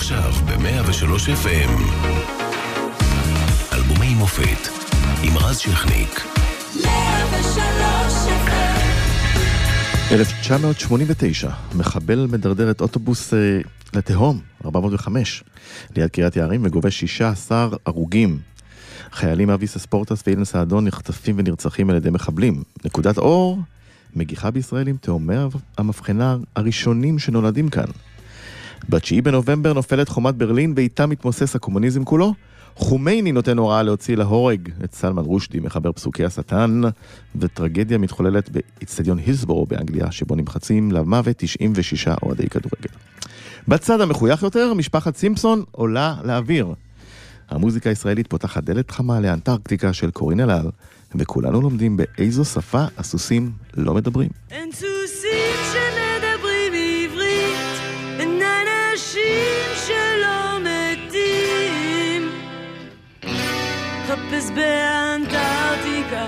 עכשיו ב-103 FM. אלבומי מופת עם רז שכניק. 103 FM. 1989, מחבל מדרדר את אוטובוס לתהום, 405, ליד קריית יערים, וגובה 16 הרוגים. חיילים אביס הספורטס ואילן סעדון נחטפים ונרצחים על ידי מחבלים. נקודת אור, מגיחה בישראל עם תאומי המבחנה הראשונים שנולדים כאן. ב9 בנובמבר נופלת חומת ברלין, ואיתה מתמוסס הקומוניזם כולו. חומייני נותן הוראה להוציא להורג את סלמן רושדי, מחבר פסוקי השטן, וטרגדיה מתחוללת באצטדיון הילסבורו באנגליה, שבו נמחצים למוות 96 אוהדי כדורגל. בצד המחוייך יותר, משפחת סימפסון עולה לאוויר. המוזיקה הישראלית פותחת דלת חמה לאנטרקטיקה של קורין אלאל, וכולנו לומדים באיזו שפה הסוסים לא מדברים. אין סוסים שמדברים עברית, אין אנשים שלא מתים. חפש באנטרקטיקה,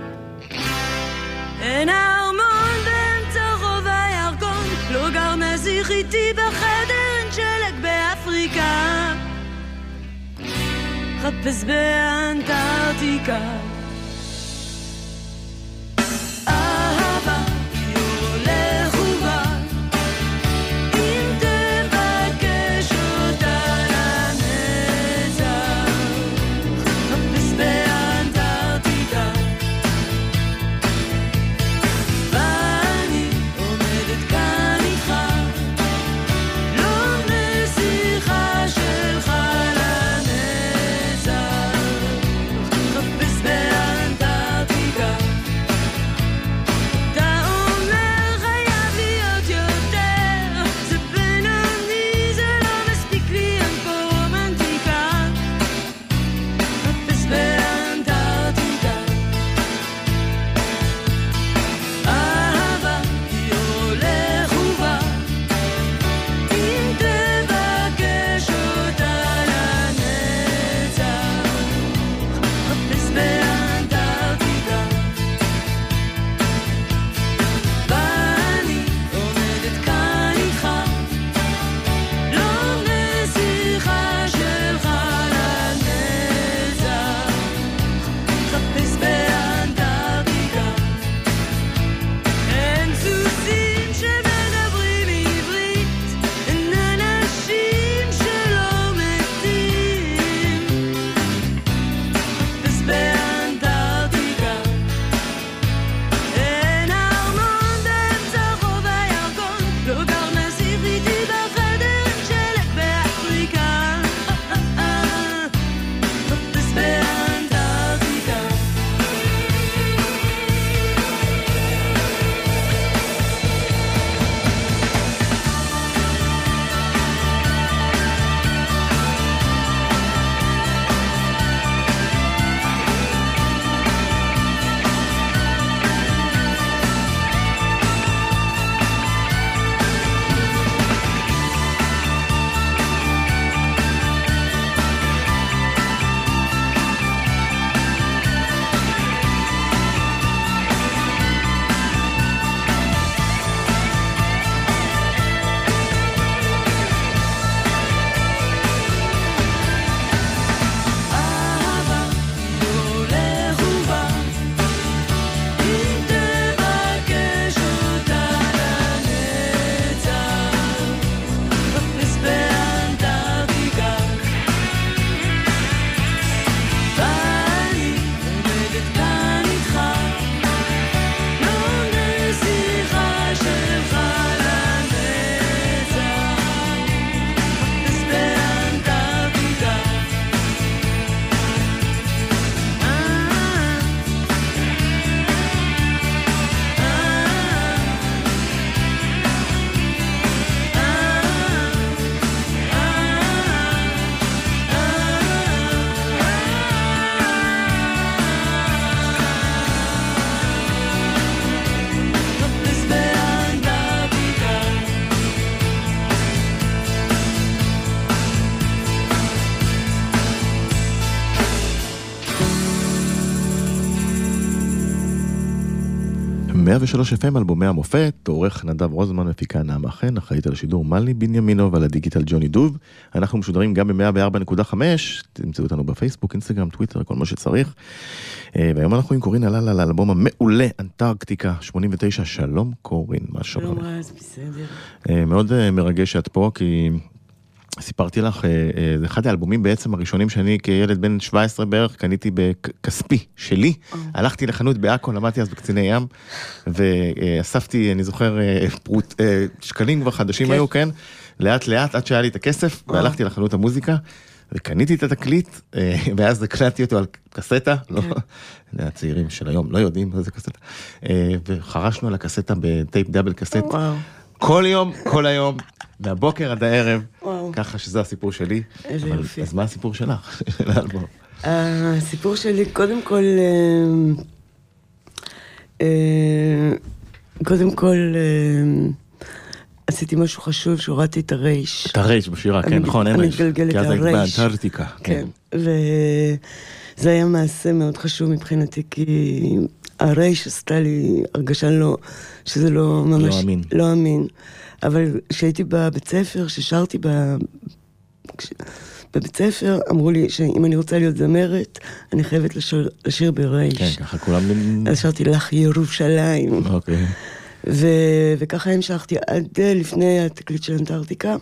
אין ארמון באמצע רוב הירקון, לא גר נסיך איתי בחדר, אין שלג באפריקה. חפש באנטרקטיקה, אהבה היא הולך ובא, אם תבקש אותה לנצח. חפש באנטרקטיקה, ואני עומדת כאן איתך, לא נסיכה שלך לנצח. חפש באנטרקטיקה, 103 FM, אלבומי המופת, עורך נדב רוזמן, מפיקה נעמה חן, אחראית על השידור מלי בנימינו ועל הדיגיטל ג'וני דוב. אנחנו משודרים גם ב-104.5, תמצאו אותנו בפייסבוק, אינסטגרם, טוויטר, כל מה שצריך. והיום אנחנו עם קורין על האלבום המעולה, אנטארקטיקה 89. שלום קורין, מה שלום? שלום רז, בסדר. מאוד מרגש שאת פה, כי סיפרתי לך, זה אחד האלבומים בעצם הראשונים שאני כילד בן 17 בערך, קניתי בכספי שלי, הלכתי לחנות באקו, למדתי אז בקציני ים, ואספתי, אני זוכר, שקלים כבר חדשים היו, כן, לאט לאט, עד שהיה לי את הכסף, והלכתי לחנות המוזיקה, וקניתי את התקליט, ואז הקלטתי אותו על קסטה, הצעירים של היום לא יודעים מה זה קסטה, וחרשנו על הקסטה בטייפ דאבל קסט, כל יום, כל היום, מהבוקר עד הערב, ככה שזה הסיפור שלי. איזה יופי. אז מה הסיפור שלך, של האלבום? הסיפור שלי, קודם כל, עשיתי משהו חשוב, שהורדתי את הרייש. את הרייש בשירה, כן, נכון, אין רייש. המתגלגלת הרייש. כי אז היית באנטארקטיקה. כן, וזה היה מעשה מאוד חשוב מבחינתי, כי הרייש עשתה לי הרגשה שזה לא ממש... לא אמין. אבל כשהייתי בבית ספר, ששרתי בבית ספר, אמרו לי שאם אני רוצה להיות זמרת, אני חייבת לשיר ברייש. כן, ככה כולם... אז שרתי לך ירושלים. אוקיי. וככה המשכתי עד לפני התקליט של אנטארקטיקה,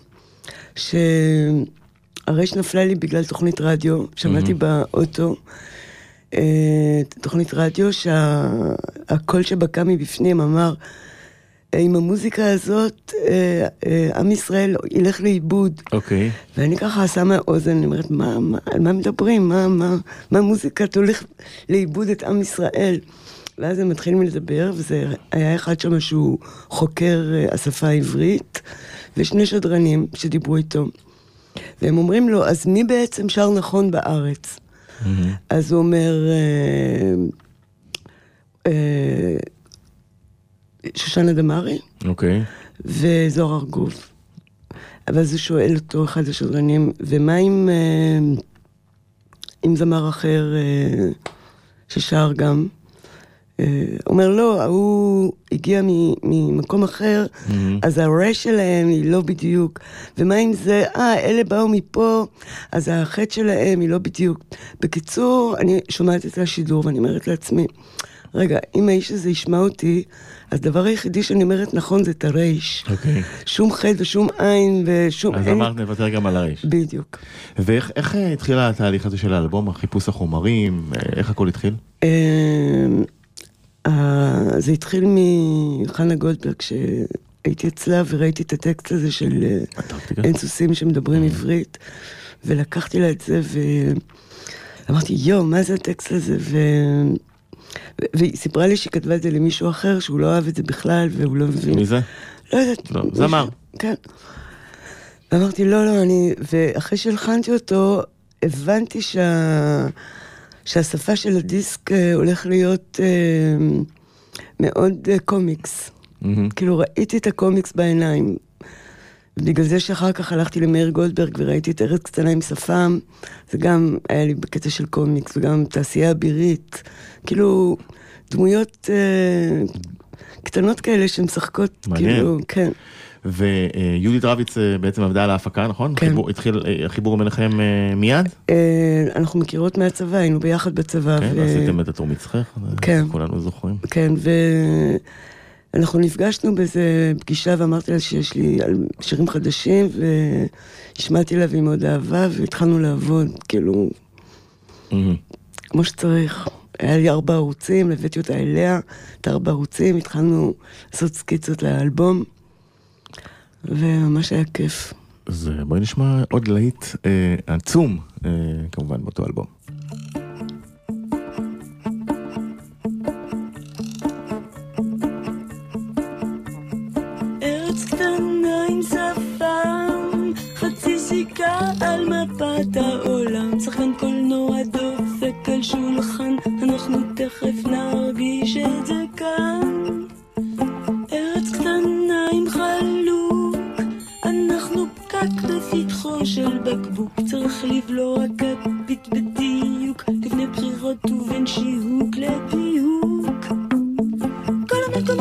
שהרייש נפלה לי בגלל תוכנית רדיו, שמעתי באוטו, תוכנית רדיו שהקול שבקע מבפנים אמר, עם המוזיקה הזאת, עם ישראל ילך לאיבוד. אוקיי. ואני ככה שמה אוזן, אני אומרת, על מה מדברים? מה המוזיקה תולך לאיבוד את עם ישראל? ואז הם מתחילים לדבר, וזה היה אחד שם שהוא חוקר השפה העברית, ושני שדרנים שדיברו איתו. והם אומרים לו, אז מי בעצם שר נכון בארץ? אז הוא אומר, שושנה דמארי, אוקיי. וזוהר ארגוב. אבל אז הוא שואל אותו, אחד השדרנים, ומה עם זמר אחר ששר גם? הוא אומר, לא, הוא הגיע ממקום אחר, אז הרש שלהם היא לא בדיוק. ומה עם זה? אלה באו מפה, אז החטא שלהם היא לא בדיוק. בקיצור, אני שומעת את השידור, ואני אומרת לעצמי, רגע, אם האיש הזה ישמע אותי, אז הדבר היחידי שאני אומרת נכון זה את הרייש. אוקיי. שום חטא ושום עין ושום... אז אמרת נוותר גם על הרייש. בדיוק. ואיך התחיל התהליך הזה של האלבום, החיפוש החומרים, איך הכל התחיל? זה התחיל מחנה גולדברג, שהייתי אצלה וראיתי את הטקסט הזה של אין סוסים שמדברים עברית, ולקחתי לה את זה ואמרתי, מה זה הטקסט הזה? והיא סיפרה לי שהיא כתבה את זה למישהו אחר, שהוא לא אוהב את זה בכלל, והוא לא מבין. מי זה? לא יודעת. לא, זמר. כן. ואמרתי, לא, ואחרי שהלחנתי אותו, הבנתי שהשפה של הדיסק הולך להיות מאוד קומיקס. כאילו ראיתי את הקומיקס בעיניים. בגלל זה שאחר כך הלכתי למאיר גולדברג וראיתי את ארץ קטנה עם שפם, זה גם היה לי בקטע של קומיקס, וגם תעשייה אבירית, כאילו דמויות קטנות כאלה שמשחקות, כאילו, כן. ויהודית רביץ בעצם עבדה על ההפקה, נכון? כן. התחיל החיבור ביניכם מיד? אנחנו מכירות מהצבא, היינו ביחד בצבא. כן, ועשיתם את התור מצחך, כן. כולנו זוכרים. כן, אנחנו נפגשנו באיזה פגישה ואמרתי לה שיש לי שירים חדשים והשמעתי לה והיא מאוד אהבה והתחלנו לעבוד, כאילו, כמו שצריך. היה לי 4 ערוצים, הבאתי אותה אליה, את 4 ערוצים, התחלנו לעשות סקיצות לאלבום, וממש היה כיף. אז בואי נשמע עוד להיט עצום, כמובן באותו אלבום. על מפת העולם, שחקן קולנוע דופק על שולחן, אנחנו תכף נרגיש את זה כאן. ארץ קטנה עם חלוק, אנחנו פקק בפתחו של בקבוק, צריך לבלוע כפית בדיוק, לפני בחירות ובין שיהוק לדיוק. כל המקום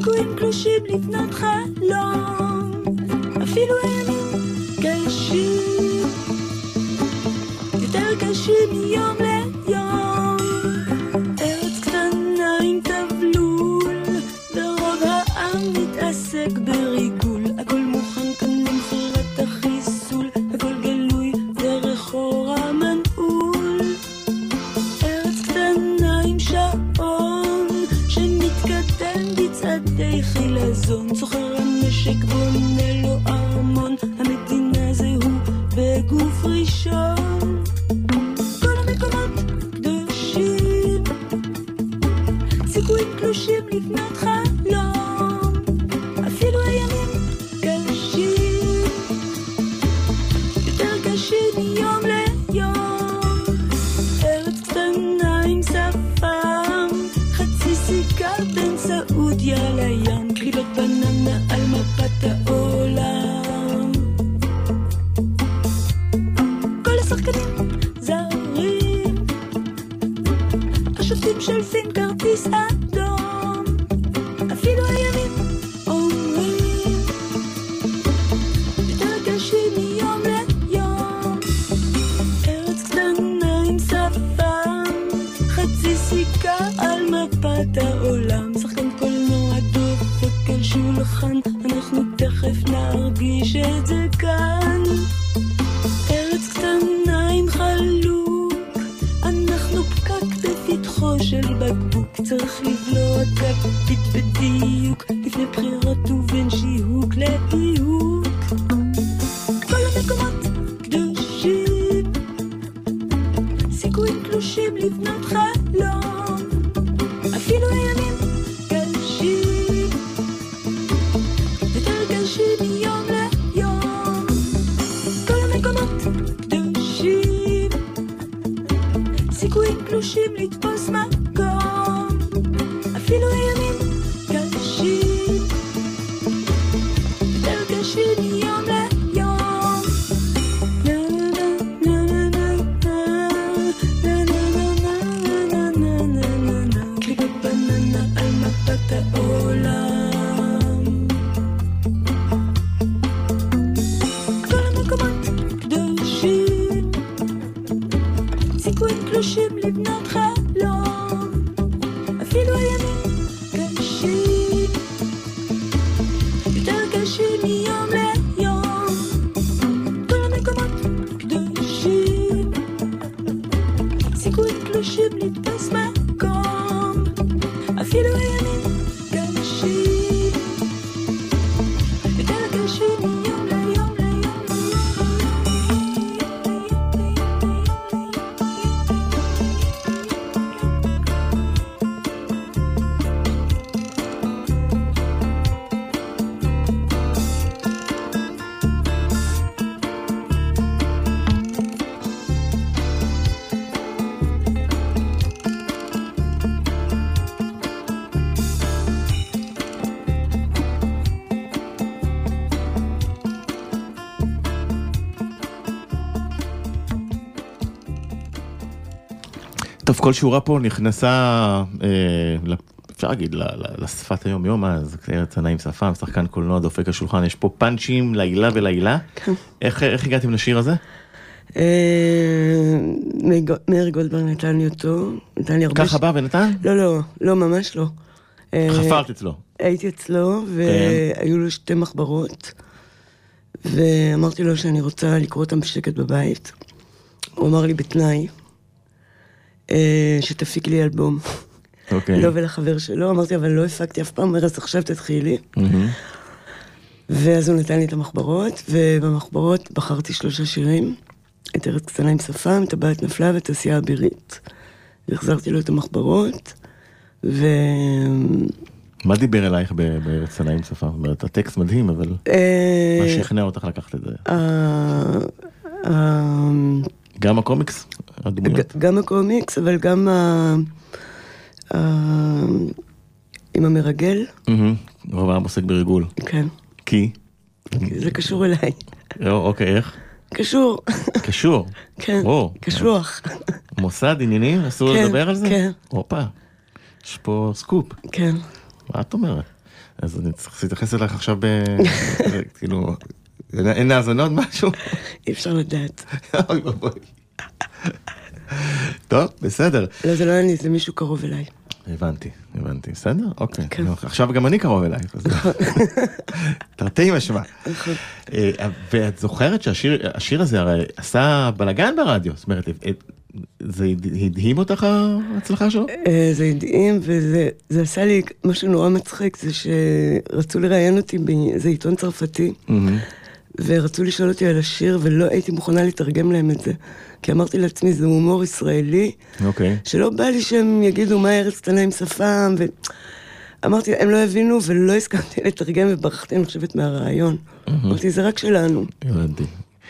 סיכויים קלושים לבנות חלום, אפילו הימים קשים, יותר קשים מיום ליום. ארץ קטנה עם תבלול, ורוב העם מתעסק בריגול. הכל מוכן כאן למחירת החיסול, הכל גלוי דרך אור המנעול. ארץ קטנה עם שעון שמתקדם בצעדי חילזון, זוכר הנשק בונה לו ארמון, המדינה זהו בגוף ראשון. כל המקומות קדושים, סיכויים קלושים לבנות חלום, אפילו הימים קשים, יותר קשים מיום ליום. ארץ קטנה עם שפם, חצי סיכה בין סעודיה לים, קלילות בננה על מפת העולם. כל השחקנים זרים, השופטים שולפים כרטיס אדום, אפילו הימים אומרים יותר קשים מיום ליום. ארץ קטנה עם שפם, חצי סיכה על מפת העולם, שחקן קולנוע דופק על שולחן, אנחנו תכף נרגיש את זה כאן. ארץ קטנה עם חלוק, אנחנו פקק בפתחו של בקבוק, צריך לבלוע כפית בדיוק, לפני בחירות ובין שיהוק לפיוק. כל המקומות קדושים, סיכויים קלושים לבנות חלום, אפילו הימים קשים, יותר קשים מיום ליום. כל המקומות קדושים, סיכויים קלושים לתפוס מקום, אפילו הימים קשים, יותר קשים מיום ליום. קליפות בננה על מפת העולם. כל המקומות קדושים, סיכויים קלושים לבנות חלום, אפילו הימים קשים, יותר קשים מיום ליום. כל המקומות קדושים, סיכויים קלושים לתפוס מקום, אפילו הימים קשים, יותר קשים מיום ליום ליום. טוב, כל שורה פה נכנסה, אפשר להגיד, לשפת היום יום, אז ארץ קטנה עם שפם, שחקן קולנוע דופק השולחן, יש פה פאנצ'ים לילה ולילה. איך הגעתם לשיר הזה? מאיר גולדברג נתן לי אותו, נתן לי הרבה... ככה בא ונתן? לא, ממש לא. חפרת אצלו. הייתי אצלו, והיו לו 2 מחברות, ואמרתי לו שאני רוצה לקרוא אותם בשקט בבית. הוא אמר לי בתנאי, שתפיק לי אלבום. לא ולחבר שלו, אמרתי, אבל לא הפקתי אף פעם, אז עכשיו תתחילי. ואז הוא נתן לי את המחברות, ובמחברות בחרתי 3 שירים, את ארץ קטנה עם שפם, את הבת נפלה ואת עשייה אבירית. והחזרתי לו את המחברות, מה דיבר אלייך בארץ קטנה עם שפם? זאת אומרת, הטקסט מדהים, אבל מה שכנע אותך לקחת את זה? גם הקומיקס? גם הקומיקס, אבל גם עם המרגל. רוב העם עוסק בריגול. כן. כי? זה קשור אליי. אוקיי, איך? קשור. קשור? כן, קשוח. מוסד עניינים? אסור לדבר על זה? כן. אופה, יש פה סקופ. כן. מה את אומרת? אז אני צריך להתייחס אליך עכשיו כאילו, אין האזנות משהו? אי אפשר לדעת. אוי בואי. טוב, בסדר. לא, זה לא אני, זה מישהו קרוב אליי. הבנתי, בסדר? אוקיי. עכשיו גם אני קרוב אליי. תרתי משמע. ואת זוכרת שהשיר הזה הרי עשה בלגן ברדיו, זאת אומרת, זה הדהים אותך ההצלחה שלו? זה הדהים, וזה עשה לי משהו נורא מצחיק, זה שרצו לראיין אותי באיזה עיתון צרפתי, ורצו לשאול אותי על השיר, ולא הייתי מוכנה לתרגם להם את זה. כי אמרתי לעצמי, זה הומור ישראלי, שלא בא לי שהם יגידו מה ארץ קטנה עם שפם, ואמרתי, הם לא הבינו, ולא הסכמתי לתרגם, וברחתי, אני חושבת, מהרעיון. אמרתי, זה רק שלנו. הבנתי.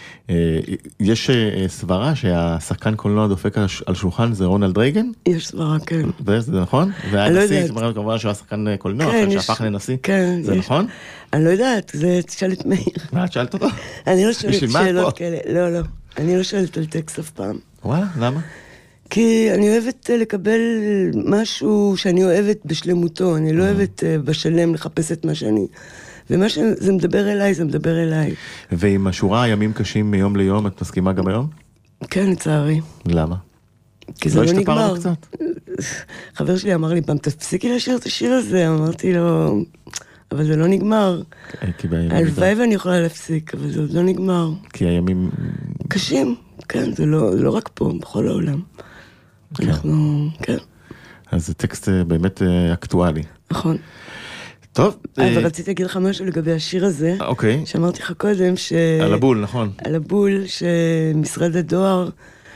יש סברה שהשחקן קולנוע דופק על שולחן זה רונלד רייגן? יש סברה, כן. זה נכון? והיה נשיא, זאת אומרת, כמובן שהוא השחקן קולנוע, שהפך לנשיא. זה נכון? אני לא יודעת, זה תשאל את מאיר. מה, את שאלת אותו? אני לא שואלת שאלות כאלה, לא. אני לא שואלת על טקסט אף פעם. וואלה, למה? כי אני אוהבת לקבל משהו שאני אוהבת בשלמותו, אני לא אוהבת בשלם לחפש את מה שאני... ומה שזה מדבר אליי, זה מדבר אליי. ועם השורה הימים קשים מיום ליום, את מסכימה גם היום? כן, לצערי. למה? כי זה לא נגמר. לא השתפרנו קצת? חבר שלי אמר לי, פעם תפסיקי לשיר את השיר הזה, אמרתי לו, אבל זה לא נגמר. הלוואי ואני יכולה להפסיק, אבל זה עוד לא נגמר. כי הימים... קשים, כן, זה לא רק פה, בכל העולם. אנחנו, כן. אז זה טקסט באמת אקטואלי. נכון. טוב. אבל רציתי להגיד לך משהו לגבי השיר הזה. אוקיי. שאמרתי לך קודם על הבול, נכון. על הבול, שמשרד הדואר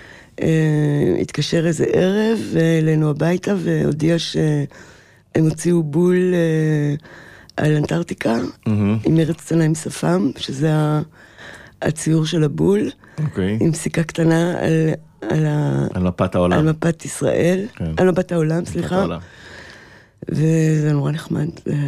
התקשר איזה ערב אלינו הביתה, והודיע שהם הוציאו בול על אנטארקטיקה, עם ארץ קטנה עם שפם, שזה הציור של הבול, עם סיכה קטנה על מפת העולם. על מפת ישראל, על מפת העולם, סליחה. וזה נורא נחמד,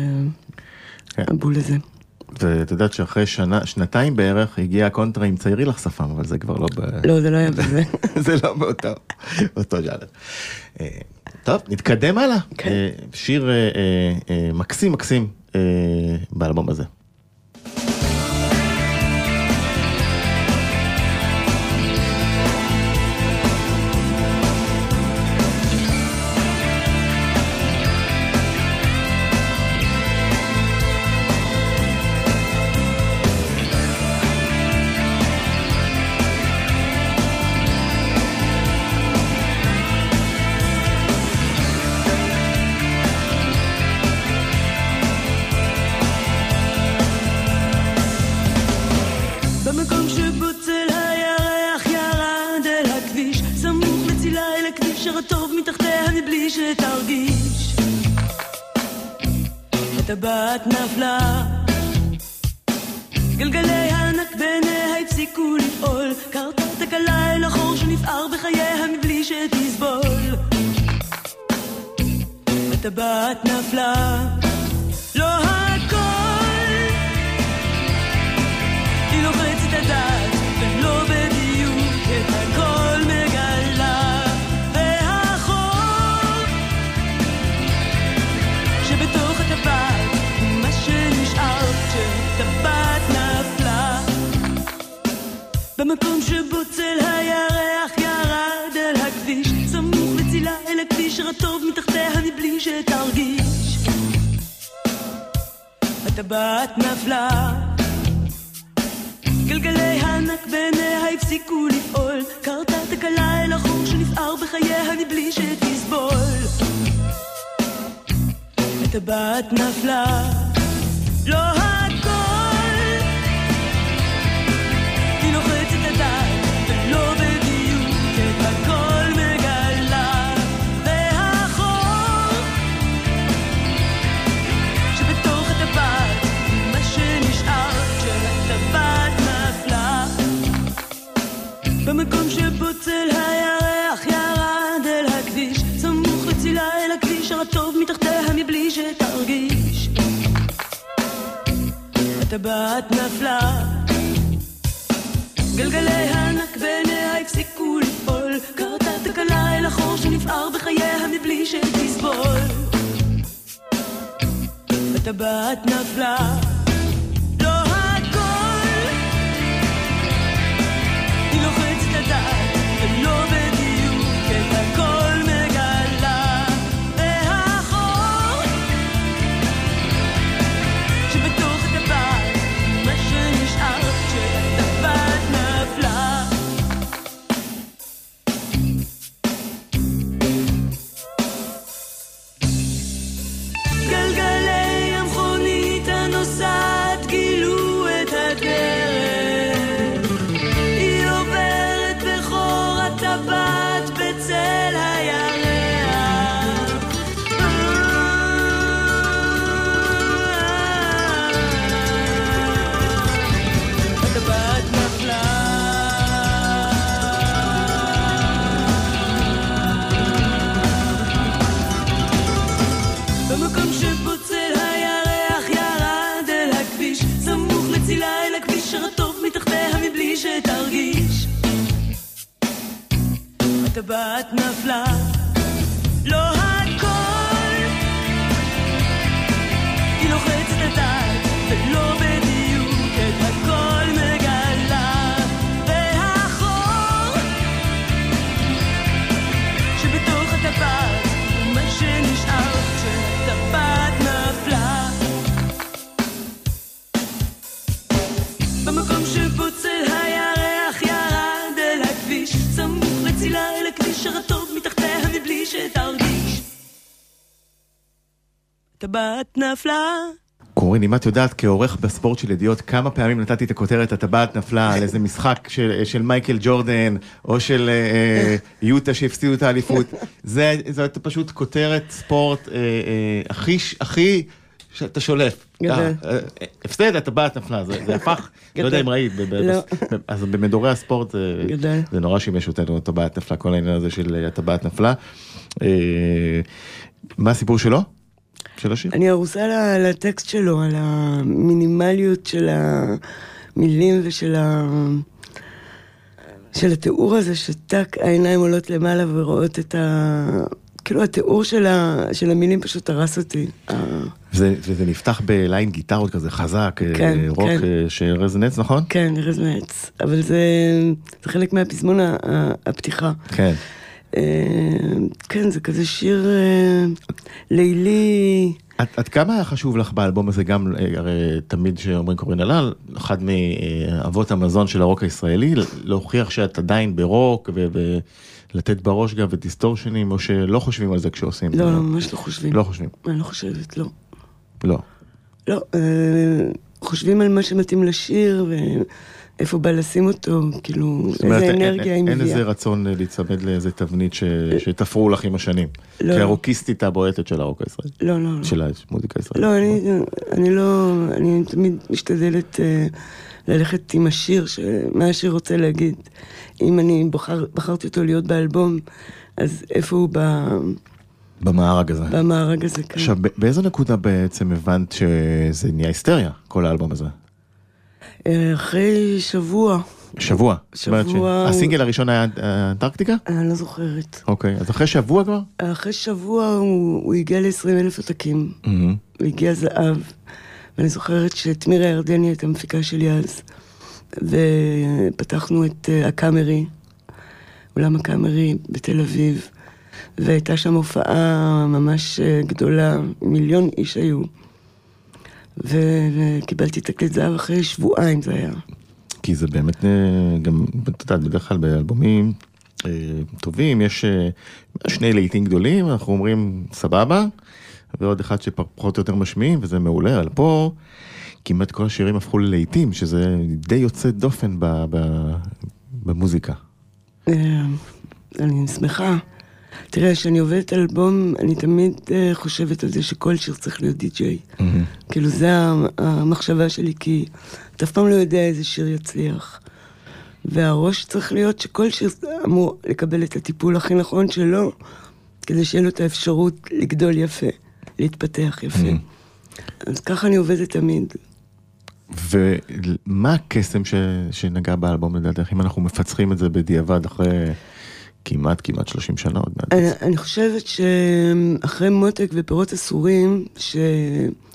הבול הזה. ואת יודעת שאחרי שנתיים בערך הגיע הקונטרה עם ציירי לך שפם, אבל זה כבר לא... לא, זה לא היה בזה. זה לא באותו ז'אנר. טוב, נתקדם הלאה. שיר מקסים מקסים באלבום הזה. הטבעת נפלה, גלגלי הענק בעיניה הפסיקו לפעול, קרתה תקלה אל החור שנפער בחייה מבלי שתסבול. הטבעת נפלה, לא הכל, היא לוחצת את הדעת ולא בדיוק את הכל מגלה, והחור שבתוך הטבעת טבעת נפלה, במקום שבו צל הירח ירד אל הכביש, סמוך לצילה אל הכביש רטוב מתחתיה מבלי שתרגיש. הטבעת נפלה, גלגלי הענק בעיניה הפסיקו לפעול, קרתה תקלה אל החור שנפער בחייה מבלי שתסבול. הטבעת נפלה, לא הכל, היא לוחצת את הדעת ולא בדיוק את הכל מגלה, והחור שבתוך הטבעת מה שנשאר כשהטבעת נפלה, במקום שבו צל הירח ירד אל הכביש, סמוך לצילה אל הכביש הרטוב מתחתיה מבלי שתרגיש. הטבעת נפלה, גלגלי הענק בעיניה הפסיקו לפעול, קרתה תקלה אל החור שנפער בחייה מבלי שתסבול. הטבעת נפלה, לא הכל, היא לוחצת לדעת ולא בדיוק את הכל מגלה, והחור שבתוך הטבעת מה שנשאר כשהטבעת נפלה. גלגלי המכונית הנוסעת גילו את הדרך, היא עוברת בחור הטבעת בצל הירח, הטבעת נפלה. במקום שבוצל הירח ירד אל הכביש, סמוך לצילה אל הכביש הרטוב מתחתיה מבלי שתרגיש, הטבעת נפלה, לא הכל, היא לוחצת לדעת ולא בדיוק את הכל מגלה, והחור שבתוך הטבעת מה שנשאר כשהטבעת נפלה. במקום שבוצל הירח ירד אל הכביש, סמוך לצילה אל הכביש הרטוב מתחתיה מבלי שתרגיש, הטבעת נפלה. קורין, אם את יודעת כעורך בספורט של ידיעות כמה פעמים נתתי את הכותרת הטבעת נפלה על איזה משחק של מייקל ג'ורדן או של יוטה שהפסידו את האליפות, זה פשוט כותרת ספורט הכי שאתה שולף. הפסד, הטבעת נפלה, זה הפך, לא יודע אם ראית, אז במדורי הספורט זה נורא שימש אותנו, הטבעת נפלה, כל העניין הזה של הטבעת נפלה. מה הסיפור שלו? של השיר? אני ארוסה על הטקסט שלו, על המינימליות של המילים ושל של התיאור הזה, שטק העיניים עולות למעלה ורואות את כאילו התיאור של המילים פשוט הרס אותי. וזה נפתח בליין גיטרות כזה חזק, רוק של ארז נץ, נכון? כן, ארז נץ, אבל זה חלק מהפזמון הפתיחה. כן. כן, זה כזה שיר לילי. עד כמה היה חשוב לך באלבום הזה, גם הרי תמיד שאומרים קורין אלאל, אחד מאבות המזון של הרוק הישראלי, להוכיח שאת עדיין ברוק ולתת בראש גם ודיסטורשנים, או שלא חושבים על זה כשעושים? לא, ממש לא חושבים. לא חושבים? אני לא חושבת, לא. לא. לא, חושבים על מה שמתאים לשיר איפה בא לשים אותו, כאילו, איזה אנרגיה היא מביאה. אין איזה רצון להצמד לאיזה תבנית שתפרו לך עם השנים. כרוקיסטית הבועטת של הרוק הישראלי. לא, לא. של המוזיקה הישראלית. לא, אני תמיד משתדלת ללכת עם השיר, מה השיר רוצה להגיד. אם אני בחרתי אותו להיות באלבום, אז איפה הוא במארג הזה. במארג הזה, כן. עכשיו, באיזו נקודה בעצם הבנת שזה נהיה היסטריה, כל האלבום הזה? אחרי שבוע. שבוע? הסינגל הראשון היה אנטרקטיקה? אני לא זוכרת. אוקיי, אז אחרי שבוע כבר? אחרי שבוע הוא הגיע ל20,000 עותקים. הוא הגיע זהב. ואני זוכרת שתמירה ירדני הייתה מפיקה שלי אז. ופתחנו את הקאמרי, אולם הקאמרי בתל אביב. והייתה שם הופעה ממש גדולה, 1,000,000 איש היו. וקיבלתי תקליט זהב אחרי שבועיים זה היה. כי זה באמת גם, אתה יודע, בדרך כלל באלבומים טובים, יש שני לעיתים גדולים, אנחנו אומרים סבבה, ועוד אחד שפחות או יותר משמיעים, וזה מעולה, אבל פה כמעט כל השירים הפכו ללעיתים, שזה די יוצא דופן במוזיקה. אני שמחה. תראה, כשאני עובדת אלבום, אני תמיד חושבת על זה שכל שיר צריך להיות די-ג'יי. כאילו, זה המחשבה שלי, כי אתה אף פעם לא יודע איזה שיר יצליח. והראש צריך להיות שכל שיר אמור לקבל את הטיפול הכי נכון שלו, כדי שיהיה לו את האפשרות לגדול יפה, להתפתח יפה. אז ככה אני עובדת תמיד. ומה הקסם שנגע באלבום לדעתך, אם אנחנו מפצחים את זה בדיעבד אחרי כמעט 30 שנה עוד מעט? אני חושבת שאחרי מותק ופירות אסורים,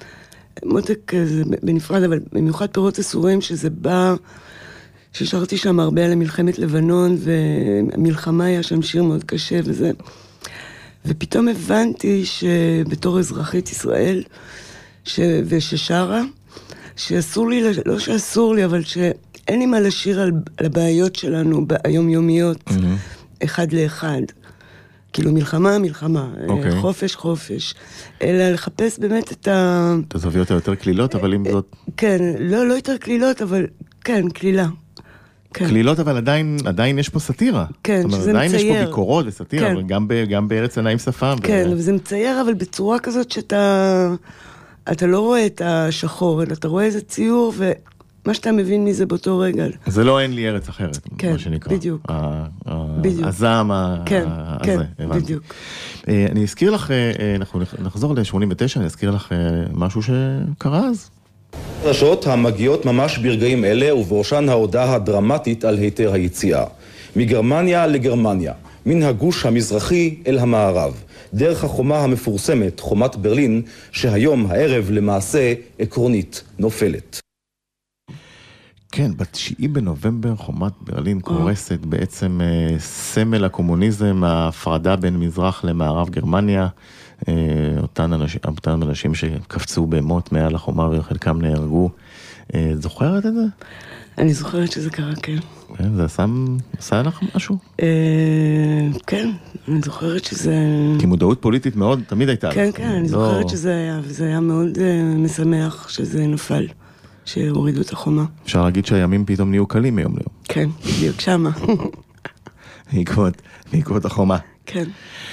מותק זה בנפרד, אבל במיוחד פירות אסורים, שזה בא, ששרתי שם הרבה על מלחמת לבנון, והמלחמה היה שם שיר מאוד קשה וזה. ופתאום הבנתי שבתור אזרחית ישראל, וששרה, שאסור לי, לא שאסור לי, אבל שאין לי מה לשיר על הבעיות שלנו היומיומיות, אחד לאחד. כאילו מלחמה, חופש, חופש. אלא לחפש באמת את ה... את הזוויות היותר כלילות, אבל אם זאת... כן, לא יותר כלילות, אבל כן, כלילה. כלילות, אבל עדיין יש פה סאטירה. כן, שזה מצייר. עדיין יש פה ביקורות וסאטירה, אבל גם בארץ עיניים שפם. כן, וזה מצייר, אבל בצורה כזאת שאתה לא רואה את השחור, אלא אתה רואה איזה ציור, ומה שאתה מבין מזה באותו רגע. זה לא אין לי ארץ אחרת, מה שנקרא. בדיוק. הזעם הזה. כן, בדיוק. אני אזכיר לך, אנחנו נחזור ל-89, אני אזכיר לך משהו שקרה אז. חדשות המגיעות ממש ברגעים אלה, ובראשן ההודעה הדרמטית על היתר היציאה. מגרמניה לגרמניה, מן הגוש המזרחי אל המערב, דרך החומה המפורסמת, חומת ברלין, שהיום הערב למעשה עקרונית נופלת. כן, ב9 בנובמבר חומת ברלין קורסת, בעצם סמל הקומוניזם, ההפרדה בין מזרח למערב גרמניה, אותם אנשים שקפצו במות מעל החומה וחלקם נהרגו. זוכרת את זה? אני זוכרת שזה קרה, כן. זה עשה לך משהו? כן, אני זוכרת שזה... כי מודעות פוליטית מאוד, תמיד הייתה. כן, כן, אני זוכרת שזה היה, וזה היה מאוד משמח שזה נפל, שהורידו את החומה. אפשר להגיד שהימים פתאום נהיו קלים מיום ליום. כן, בדיוק, שמה. בעקבות החומה. כן.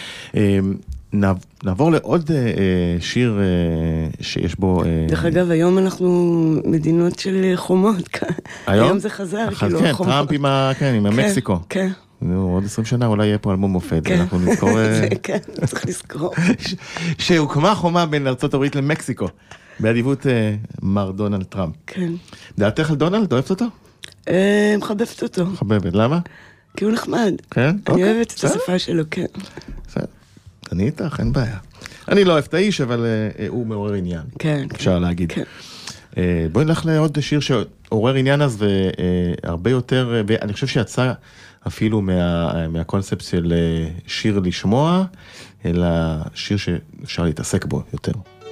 נעבור לעוד שיר שיש בו... דרך אגב, היום אנחנו מדינות של חומות. היום זה חזר, כאילו כן, החומות. טראמפ עם המקסיקו. כן. עוד 20 שנה אולי יהיה פה אלבום מופת. כן. אנחנו נזכור... כן, צריך לזכור. שהוקמה חומה בין ארצות הברית למקסיקו, באדיבות מר דונלד טראמפ. כן. דעתך על דונלד? אוהבת אותו? מחבבת אותו. מחבבת, למה? כי הוא נחמד. כן? אני אוהבת את השפה שלו, כן. בסדר. אני איתך, אין בעיה. אני לא אוהב את האיש, אבל הוא מעורר עניין. כן. אפשר להגיד. כן. בואי נלך לעוד שיר שעורר עניין אז, והרבה יותר, ואני חושב שיצא אפילו מהקונספט של שיר לשמוע, אלא שיר שאפשר להתעסק בו יותר.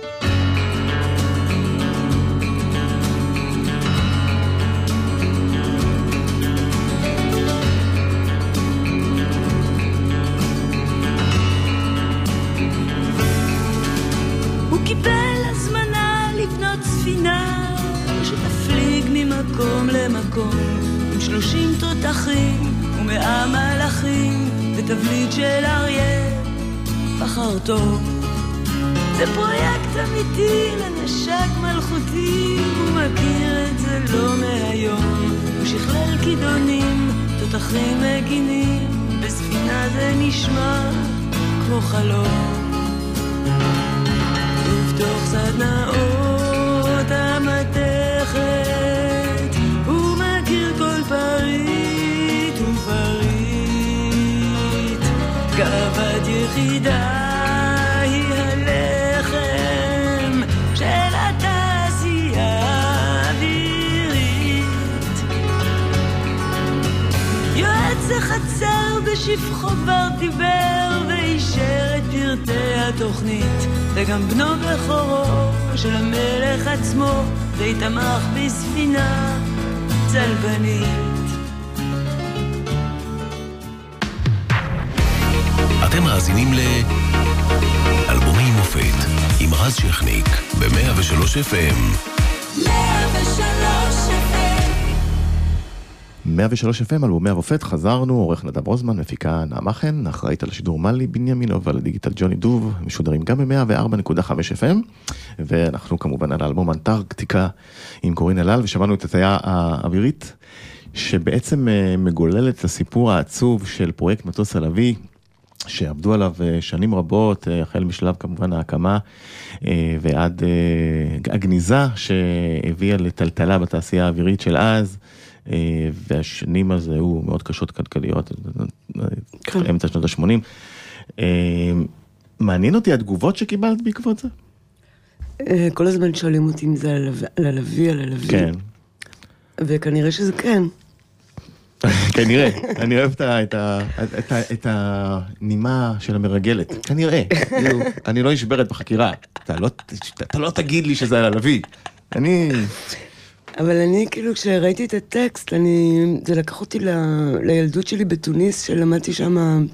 עם 30 תותחים ו100 מלאכים ותבליט של אריה בחר טוב. זה פרויקט אמיתי לנשק מלכותי, הוא מכיר את זה לא מהיום. הוא שכלל כידונים, תותחים מגינים, בספינה זה נשמע כמו חלום. ובתוך סדנאות המתכת פריט ופריט, גאוות יחידה היא הלחם של התעשייה האווירית. יועץ החצר בשפחו כבר דיבר ואישר את פרטי התוכנית, וגם בנו בכורו של המלך עצמו די תמך בספינה צלבנית. אתם מאזינים לאלבומי מופת עם רז שכניק ב-103 FM. 103 FM, אלבומי המופת, חזרנו, עורך נדב רוזמן, מפיקה נעמה חן, אחראית על השידור מלי בנימינוב ועל הדיגיטל ג'וני דוב, משודרים גם ב-104.5 FM, ואנחנו כמובן על האלבום אנטרקטיקה עם קורין אלל, ושמענו את הטיה האווירית, שבעצם מגוללת הסיפור העצוב של פרויקט מטוס הלוי, שעבדו עליו שנים רבות, החל משלב כמובן ההקמה, ועד הגניזה שהביאה לטלטלה בתעשייה האווירית של אז, והשנים הזה היו מאוד קשות כלכליות, אמצע שנות ה-80. מעניין אותי התגובות שקיבלת בעקבות זה? כל הזמן שואלים אותי אם זה על הלוי, על הלוי. כן. וכנראה שזה כן. כנראה, אני אוהב את הנימה של המרגלת, כנראה, אני לא אשברת בחקירה, אתה לא תגיד לי שזה על הלוי, אבל אני כאילו כשראיתי את הטקסט, זה לקח אותי לילדות שלי בתוניס, שלמדתי שם,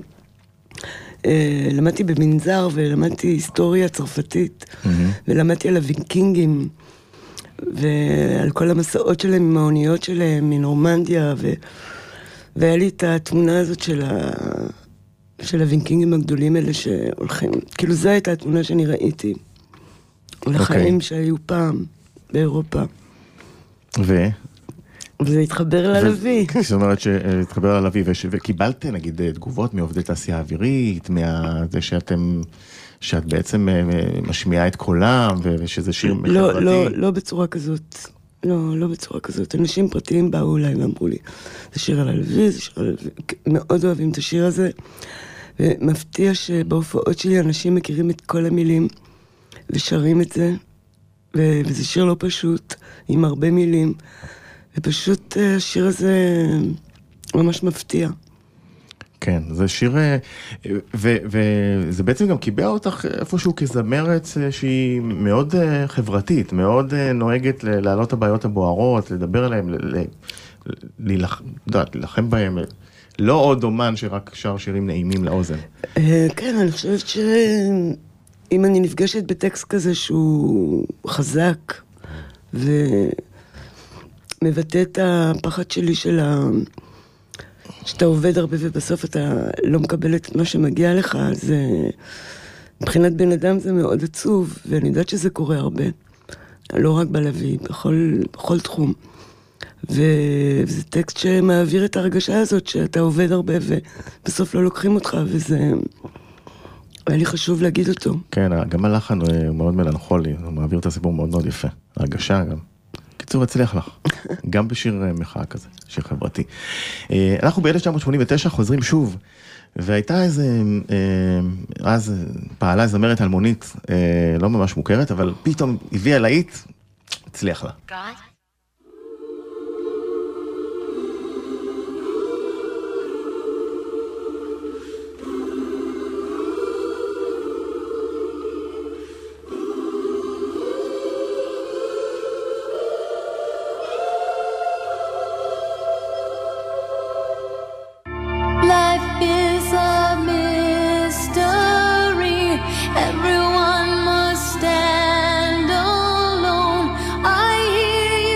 למדתי במנזר ולמדתי היסטוריה צרפתית, ולמדתי על הוויקינגים, ועל כל המסעות שלהם, עם האוניות שלהם, מנורמנדיה, והיה לי את התמונה הזאת של הוויקינגים הגדולים האלה שהולכים, כאילו זו הייתה התמונה שאני ראיתי, לחיים שהיו פעם באירופה. וזה התחבר ללוי. זאת אומרת שהתחבר ללוי, וקיבלת נגיד תגובות מעובדי תעשייה אווירית, מהזה שאת בעצם משמיעה את קולם, ושזה שיר חברתי. לא בצורה כזאת. לא בצורה כזאת. אנשים פרטיים באו אליי ואמרו לי, זה שיר על הלוי, זה שיר על הלוי. מאוד אוהבים את השיר הזה, ומפתיע שבהופעות שלי אנשים מכירים את כל המילים, ושרים את זה, וזה שיר לא פשוט, עם הרבה מילים, ופשוט השיר הזה ממש מפתיע. כן, זה שיר, וזה בעצם גם קיבע אותך איפשהו כזמרת שהיא מאוד חברתית, מאוד נוהגת להעלות את הבעיות הבוערות, לדבר עליהן, להילחם בהן, לא עוד אומן שרק שר שירים נעימים לאוזן. כן, אני חושבת שאם אני נפגשת בטקסט כזה שהוא חזק, ומבטא את הפחד שלי שאתה עובד הרבה ובסוף אתה לא מקבל את מה שמגיע לך, אז מבחינת בן אדם זה מאוד עצוב, ואני יודעת שזה קורה הרבה, לא רק בלוי, בכל תחום. וזה טקסט שמעביר את הרגשה הזאת שאתה עובד הרבה ובסוף לא לוקחים אותך, וזה היה לי חשוב להגיד אותו. כן, גם הלחן הוא מאוד מלנכולי, הוא מעביר את הסיפור מאוד מאוד יפה, הרגשה גם. קיצור, הצליח לך, גם בשיר מחאה כזה, שיר חברתי. אנחנו ב-1989 חוזרים שוב, והייתה אז פעלה זמרת אלמונית, לא ממש מוכרת, אבל פתאום הביאה להיט, הצליח לה. Everyone must stand alone. I hear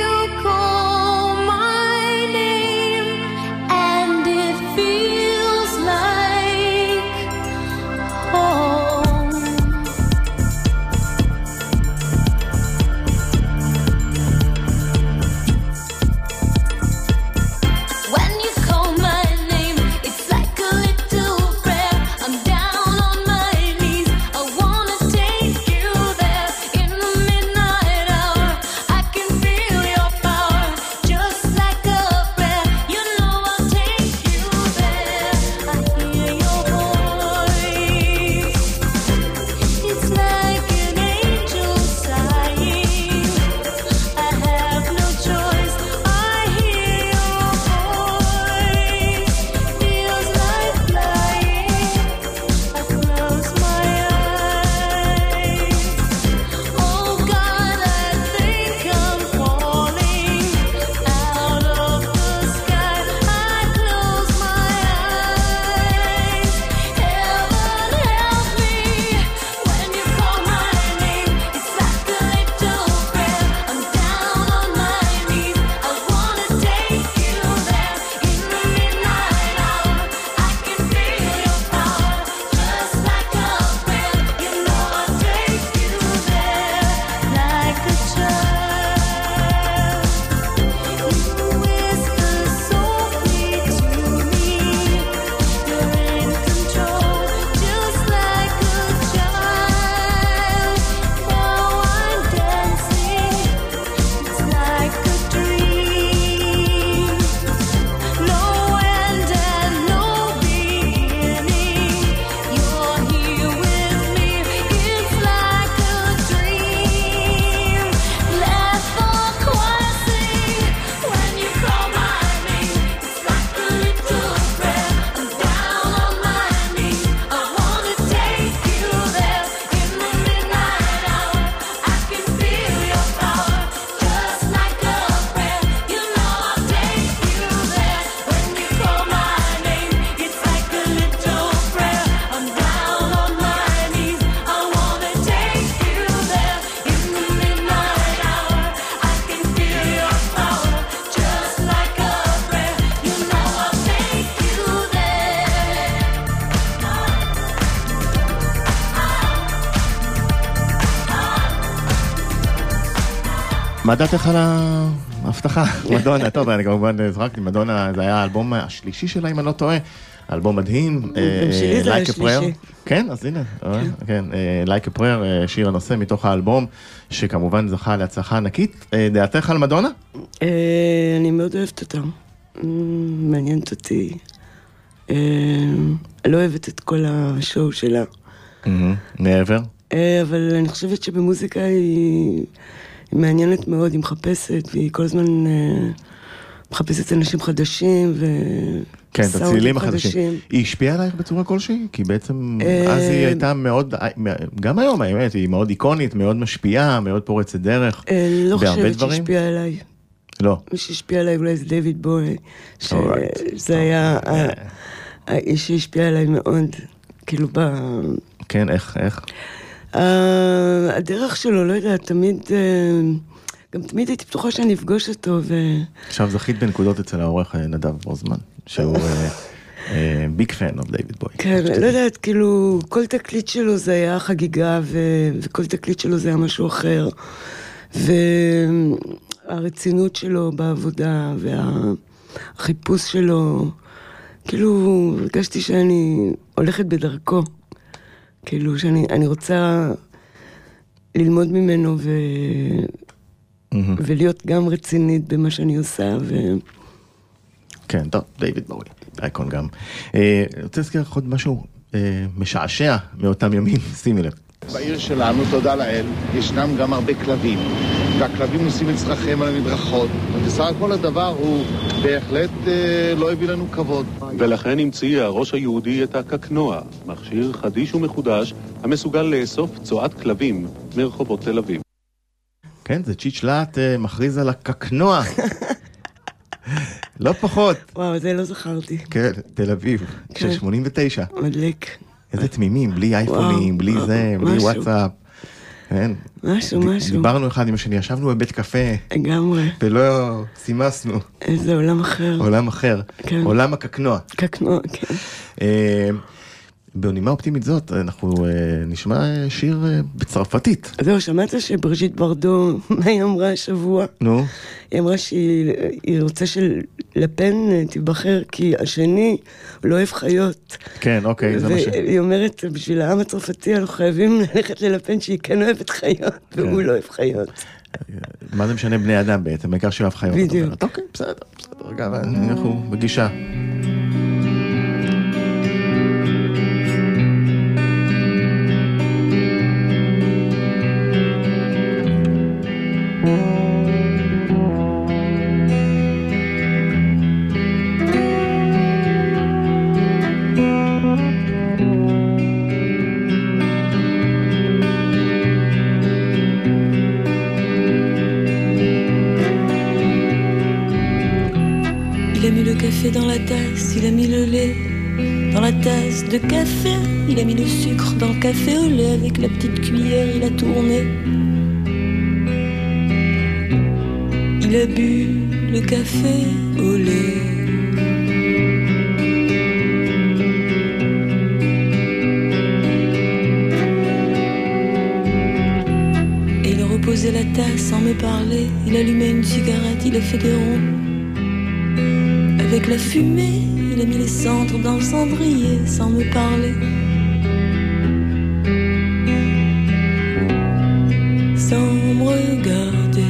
מה דעתך על ההבטחה? מדונה, טוב, אני כמובן זרקתי, מדונה, זה היה האלבום השלישי שלה, אם אני לא טועה. אלבום מדהים. בשבילי זה היה שלישי. כן, אז הנה, כן, Like a Prayer, שיר הנושא מתוך האלבום, שכמובן זכה להצלחה ענקית. דעתך על מדונה? אני מאוד אוהבת אותה. מעניינת אותי. לא אוהבת את כל השואו שלה. מעבר? אבל אני חושבת שבמוזיקה היא מעניינת מאוד, היא מחפשת, והיא כל הזמן מחפשת אנשים חדשים כן, את הצלילים החדשים. היא השפיעה עלייך בצורה כלשהי? כי בעצם אז היא הייתה מאוד, גם היום האמת, היא מאוד איקונית, מאוד משפיעה, מאוד פורצת דרך. לא חושבת שהשפיעה עליי. לא. מי שהשפיע עליי אולי זה דיוויד בואי, שזה היה האיש שהשפיע עליי מאוד, כאילו כן, איך? הדרך שלו, לא יודע, גם תמיד הייתי פתוחה שאני אפגוש אותו. עכשיו זכית בנקודות אצל העורך נדב רוזמן, שהוא ביג פן of דיוויד בואי. כן, לא יודעת, כאילו, כל תקליט שלו זה היה חגיגה, וכל תקליט שלו זה היה משהו אחר. והרצינות שלו בעבודה, והחיפוש שלו, כאילו, הרגשתי שאני הולכת בדרכו. כאילו, שאני רוצה ללמוד ממנו ולהיות גם רצינית במה שאני עושה. כן, טוב, דיוויד בואי, אייקון גם. אני רוצה להזכיר לך עוד משהו משעשע מאותם ימים, שימי לב. בעיר שלנו, תודה לאל, ישנם גם הרבה כלבים, והכלבים עושים את צרכיהם על המדרכות, ובסך הכל הדבר הוא בהחלט לא הביא לנו כבוד. ולכן המציא הראש היהודי את הקקנוע, מכשיר חדיש ומחודש, המסוגל לאסוף צואת כלבים מרחובות תל אביב. כן, זה צ'יצ'לט מכריז על הקקנוע. לא פחות. וואו, זה לא זכרתי. כן, תל אביב, של 89. מדליק. איזה תמימים, בלי אייפונים, בלי זה, בלי וואטסאפ. כן. משהו. דיברנו אחד עם השני, ישבנו בבית קפה. לגמרי. ולא סימסנו. איזה עולם אחר. עולם אחר. כן. עולם הקקנוע. קקנוע, כן. בנימה אופטימית זאת, אנחנו נשמע שיר בצרפתית. זהו, שמעת שבריז'יט ברדו, מה היא אמרה השבוע? נו? היא אמרה שהיא רוצה שלפן תיבחר, כי השני לא אוהב חיות. כן, אוקיי, זה מה ש... והיא אומרת, בשביל העם הצרפתי, אנחנו חייבים ללכת ללפן שהיא כן אוהבת חיות, והוא לא אוהב חיות. מה זה משנה בני אדם בעצם? בעיקר שאוהב חיות. בדיוק. אוקיי, בסדר, רגע, אנחנו בגישה. Dans la tasse, il a mis le lait dans la tasse de café, il a mis le sucre dans le café au lait, avec la petite cuillère il a tourné, il a bu le café au lait. Et il a reposé la tasse sans me parler, il allumait une cigarette, il a fait des ronds. Avec la fumée, il a mis les cendres dans le cendrier sans me parler. Sans me regarder.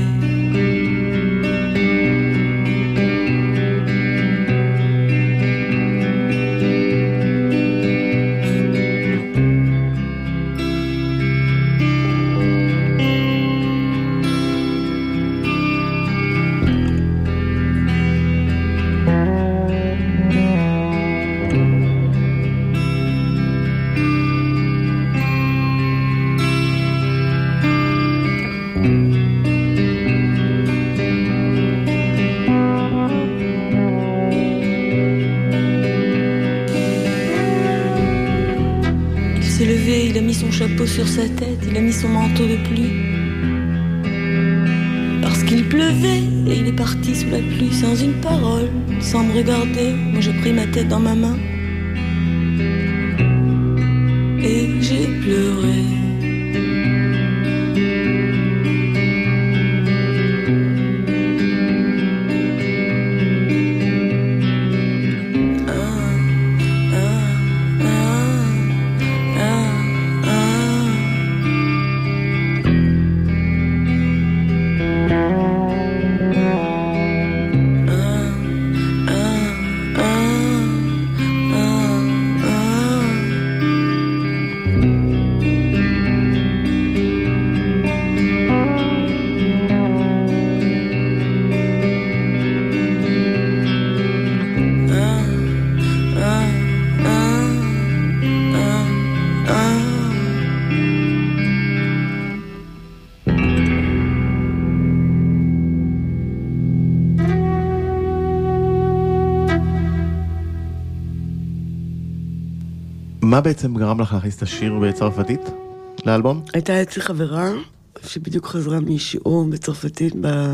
Chapeau sur sa tête, il a mis son manteau de pluie parce qu'il pleuvait et il est parti sous la pluie sans une parole, sans me regarder. Moi j'ai pris ma tête dans ma main et j'ai pleuré. מה בעצם גרם לך להכניס את השיר בצרפתית לאלבום? הייתה אצלי חברה שבדיוק חזרה משיעור בצרפתית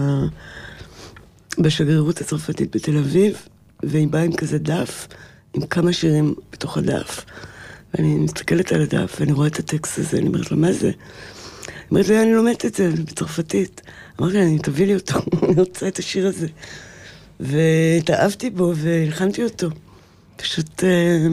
בשגרירות הצרפתית בתל אביב, והיא באה עם כזה דף, עם כמה שירים בתוך הדף. ואני מסתכלת על הדף, ואני רואה את הטקסט הזה, אני אומרת לה, מה זה? היא אומרת לי, אני לומדת את זה בצרפתית. אמרתי לה, תביא לי אותו, אני רוצה את השיר הזה. והתאהבתי בו, והלחנתי אותו. פשוט...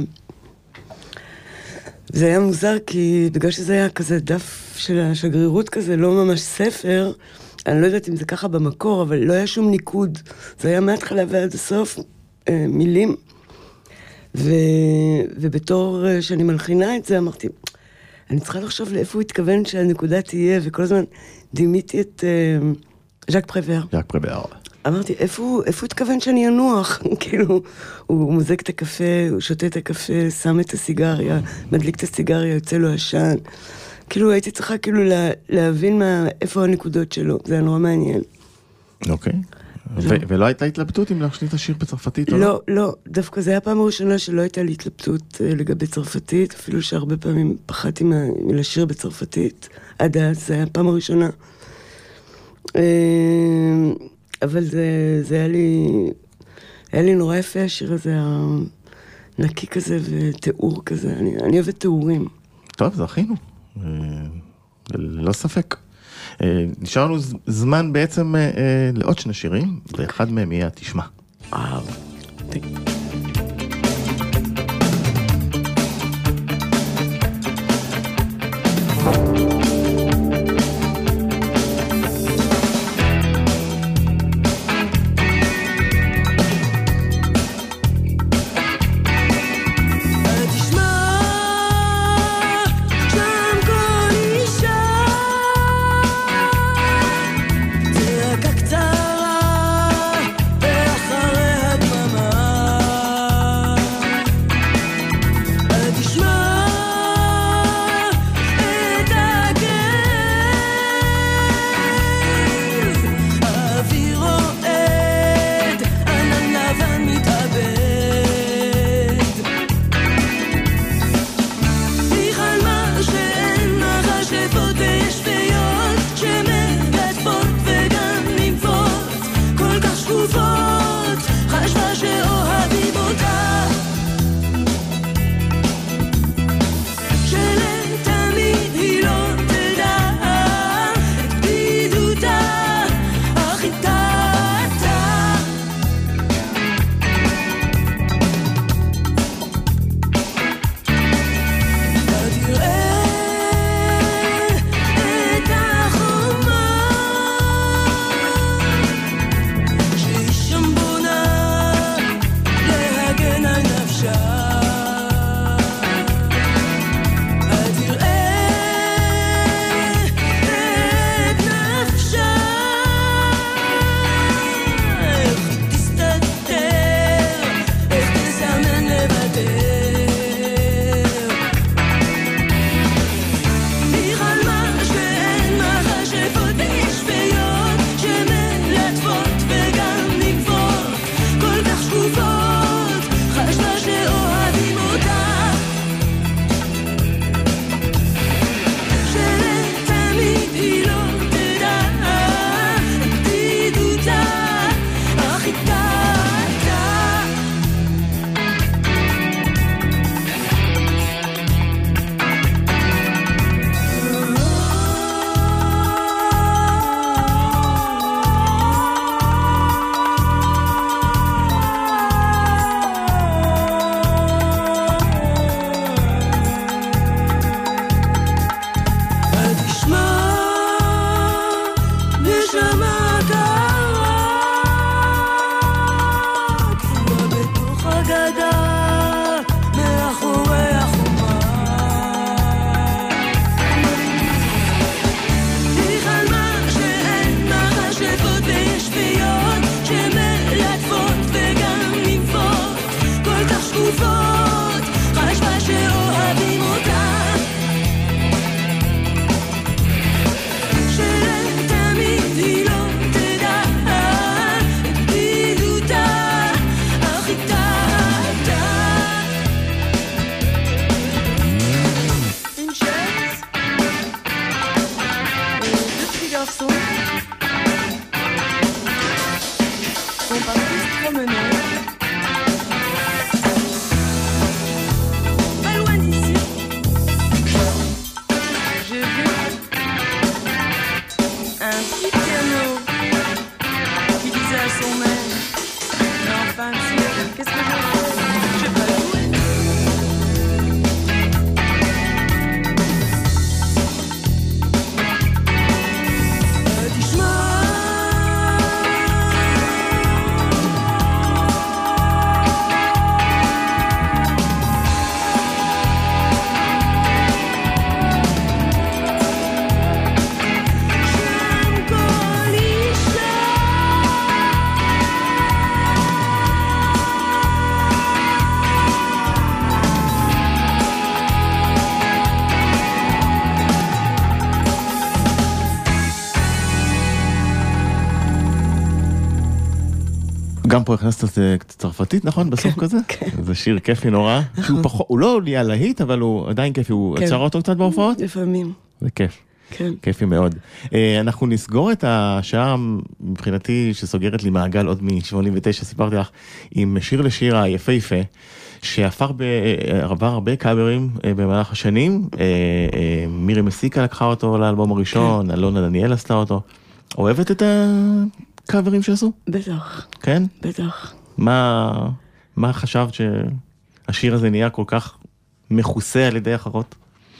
זה היה מוזר, כי בגלל שזה היה כזה דף של השגרירות כזה, לא ממש ספר, אני לא יודעת אם זה ככה במקור, אבל לא היה שום ניקוד. זה היה מההתחלה ועד הסוף, מילים. ובתור שאני מלחינה את זה, אמרתי, אני צריכה לחשוב לאיפה הוא התכוון שהנקודה תהיה, וכל הזמן דימיתי את ז'אק פרבר. ז'אק פרבר. אמרתי, איפה הוא התכוון שאני אנוח? כאילו, הוא מוזג את הקפה, הוא שותה את הקפה, שם את הסיגריה, מדליק את הסיגריה, יוצא לו עשן. כאילו, הייתי צריכה כאילו להבין איפה הנקודות שלו. זה היה נורא מעניין. אוקיי. ולא הייתה התלבטות אם להשמיע את השיר בצרפתית או לא? לא, דווקא זה היה פעם ראשונה שלא הייתה לי התלבטות לגבי צרפתית, אפילו שהרבה פעמים פחדתי מלשיר בצרפתית. עד אז, זה היה פעם הראשונה. אבל זה היה לי נורא יפה השיר הזה, נקי כזה ותיאור כזה. אני אוהבת תיאורים. טוב, זכינו. ללא ספק. נשאר לנו זמן בעצם לעוד שני שירים, ואחד מהם יהיה תשמע. קצרה ואחרי הדממה On part tous se promener. Pas loin d'ici, j'ai vu un petit piano qui disait à son maître, mais enfin, qu'est-ce que je fais? Je sais pas jouer. גם פה הכנסת את זה צרפתית, נכון? בסוף כזה? זה שיר כיפי נורא. הוא לא נהיה להיט, אבל הוא עדיין כיפי. הוא עצר אותו קצת בהופעות? לפעמים. זה כיף. כן. כיפי מאוד. אנחנו נסגור את השעה מבחינתי שסוגרת לי מעגל עוד מ-89, סיפרתי לך, עם שיר לשיר היפהפה, שהפך הרבה קאברים במהלך השנים. מירי מסיקה לקחה אותו לאלבום הראשון, אלונה דניאל עשתה אותו. אוהבת את הקאברים שעשו? בטח. כן? בטח. מה חשבת שהשיר הזה נהיה כל כך מכוסה על ידי אחרות?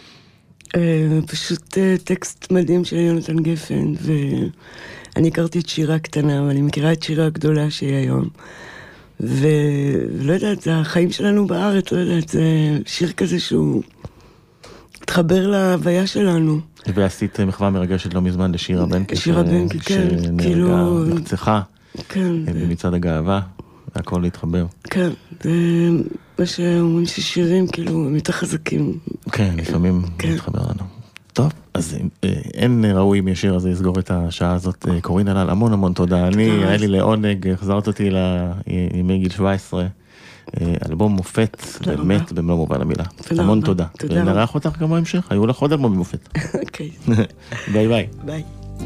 פשוט טקסט מדהים של יונתן גפן, ואני הכרתי את שירה קטנה, אבל אני מכירה את שירה הגדולה שהיא היום. ולא יודעת, זה החיים שלנו בארץ, לא יודעת, זה שיר כזה שהוא התחבר להוויה שלנו. ועשית מחווה מרגשת לא מזמן לשירה בנקי. שירה בנקי, כן. שנהרגה, נרצחה. כן. במצעד הגאווה, הכל להתחבר. כן, ומה שאומרים ששירים כאילו הם יותר חזקים. כן, לפעמים להתחבר לנו. טוב, אז אין ראוי מהשיר הזה לסגור את השעה הזאת. קורין אלאל, המון תודה. היה לי לעונג, החזרת אותי לימי גיל 17. אלבום מופת, באמת במלוא מובן המילה. המון תודה. ונערך אותך גם בהמשך, היו לך עוד אלבום מופת. אוקיי. ביי ביי. ביי.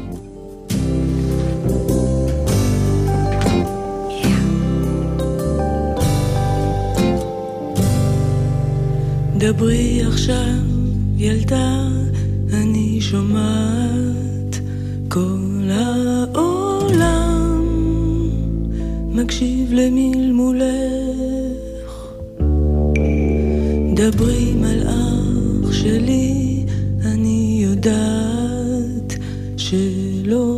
דברי עכשיו ילדה, אני שומעת כל העולם מקשיב למלמולך. דברי מלאך שלי, אני יודעת שלא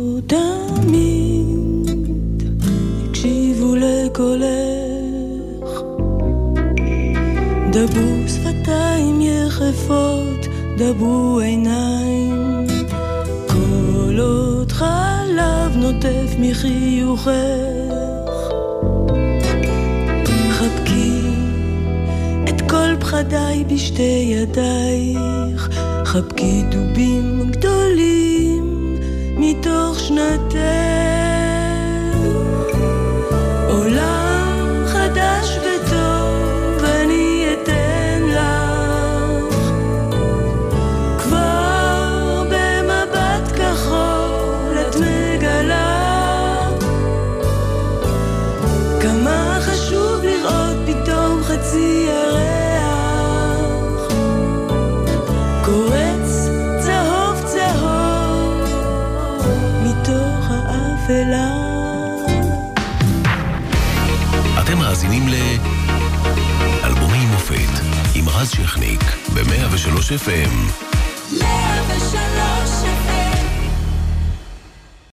תמיד הקשיבו לקולך. דברו שפתיים יחפות, דברו עיניים, כל עוד חלב נוטף מחיוכך. חבקי את כל פחדיי בשתי ידייך, חבקי דובים גדולים מתוך שנתך. עולם חדש וטוב אני אתן לך, כבר במבט כחול את מגלה כמה חשוב לראות פתאום חצי ירח קורץ צהוב צהוב מתוך האפלה. אתם מאזינים לאלבומי מופת עם רז שכניק ב-103 FM. 103